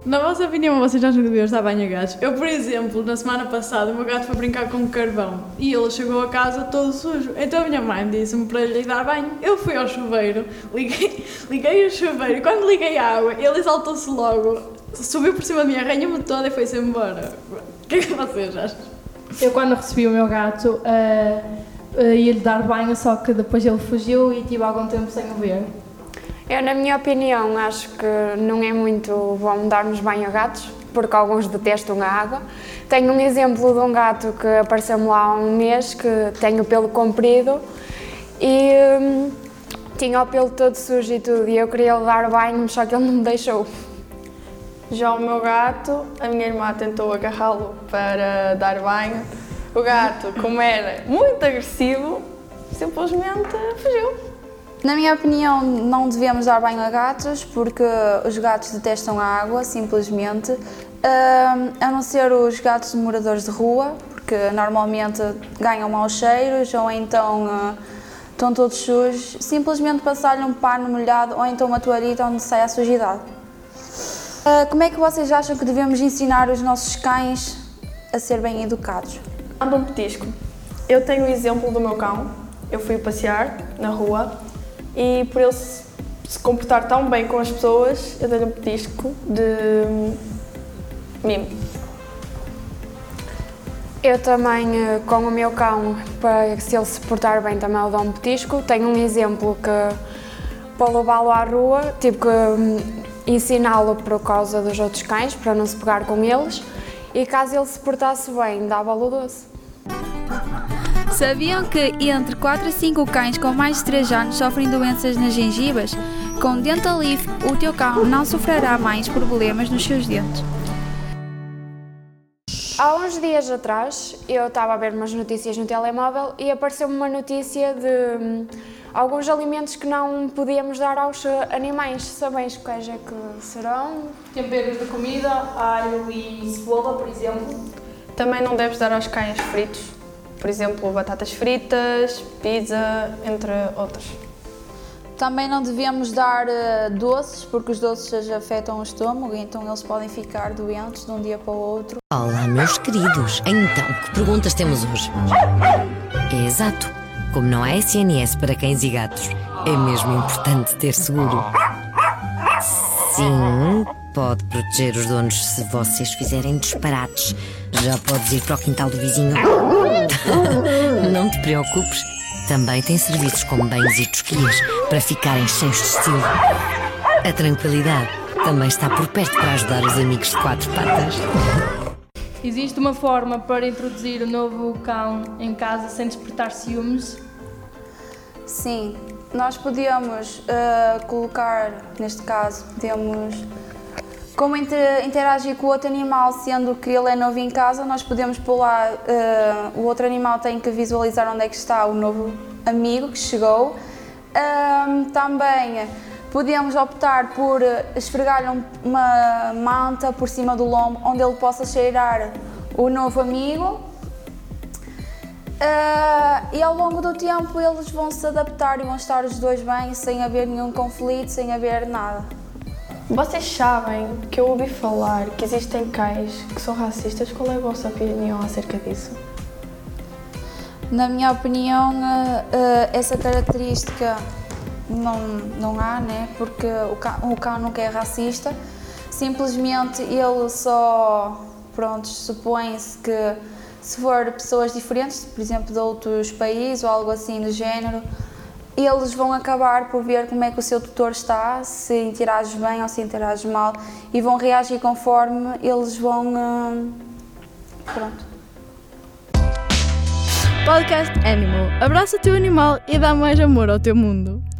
Na vossa opinião, vocês acham que deviam dar banho a gatos? Eu, por exemplo, na semana passada, o meu gato foi brincar com carvão e ele chegou a casa todo sujo. Então a minha mãe disse-me para lhe dar banho. Eu fui ao chuveiro, liguei o chuveiro e quando liguei a água, ele exaltou-se logo, subiu por cima de mim, arranhou-me toda e foi-se embora. O que é que vocês acham? Eu, quando recebi o meu gato, ia-lhe dar banho, só que depois ele fugiu e tive algum tempo sem o ver. Eu, na minha opinião, acho que não é muito bom darmos banho a gatos, porque alguns detestam a água. Tenho um exemplo de um gato que apareceu-me lá há um mês, que tem o pelo comprido e tinha o pelo todo sujo e tudo, e eu queria lhe dar banho, só que ele não me deixou. Já o meu gato, a minha irmã tentou agarrá-lo para dar banho. O gato, como era muito agressivo, simplesmente fugiu. Na minha opinião, não devemos dar banho a gatos porque os gatos detestam a água, simplesmente, a não ser os gatos de moradores de rua, porque normalmente ganham maus cheiros ou então estão todos sujos. Simplesmente passar-lhe um pano molhado ou então uma toalhita onde sai a sujidade. Como é que vocês acham que devemos ensinar os nossos cães a ser bem educados? Anda um petisco. Eu tenho o exemplo do meu cão. Eu fui passear na rua e por ele se comportar tão bem com as pessoas, eu dei-lhe um petisco de mimo. Eu também, com o meu cão, para se ele se portar bem, também lhe dou um petisco. Tenho um exemplo que, para levá-lo à rua, tive que ensiná-lo por causa dos outros cães, para não se pegar com eles. E caso ele se portasse bem, dava-lhe o doce. Sabiam que entre 4 a 5 cães com mais de 3 anos sofrem doenças nas gengivas? Com Dental Leaf, o teu cão não sofrerá mais problemas nos seus dentes. Há uns dias atrás, eu estava a ver umas notícias no telemóvel e apareceu-me uma notícia de alguns alimentos que não podíamos dar aos animais. Sabeis quais é que serão? Temperos de comida, alho e cebola, por exemplo. Também não deves dar aos cães fritos. Por exemplo, batatas fritas, pizza, entre outros. Também não devemos dar doces, porque os doces afetam o estômago e então eles podem ficar doentes de um dia para o outro. Olá, meus queridos. Então, que perguntas temos hoje? É exato. Como não há SNS para cães e gatos, é mesmo importante ter seguro. Sim, pode proteger os donos se vocês fizerem disparates. Já podes ir para o quintal do vizinho. Não te preocupes. Também tem serviços como banhos e tosquias para ficarem cheios de estilo. A tranquilidade também está por perto para ajudar os amigos de 4 patas. Existe uma forma para introduzir o novo cão em casa sem despertar ciúmes? Sim, nós podemos colocar, neste caso, podemos, como interagir com o outro animal, sendo que ele é novo em casa, nós podemos pôr lá, o outro animal tem que visualizar onde é que está o novo amigo que chegou. Também podemos optar por esfregar-lhe uma manta por cima do lombo, onde ele possa cheirar o novo amigo. E ao longo do tempo eles vão se adaptar e vão estar os dois bem, sem haver nenhum conflito, sem haver nada. Vocês sabem que eu ouvi falar que existem cães que são racistas. Qual é a vossa opinião acerca disso? Na minha opinião, essa característica não há, né? Porque o cão nunca é racista. Simplesmente ele só, supõe-se que se for pessoas diferentes, por exemplo, de outros países ou algo assim do género, eles vão acabar por ver como é que o seu tutor está, se interage bem ou se interage mal, e vão reagir conforme eles vão... Podcast Animal. Abraça o teu animal e dá mais amor ao teu mundo.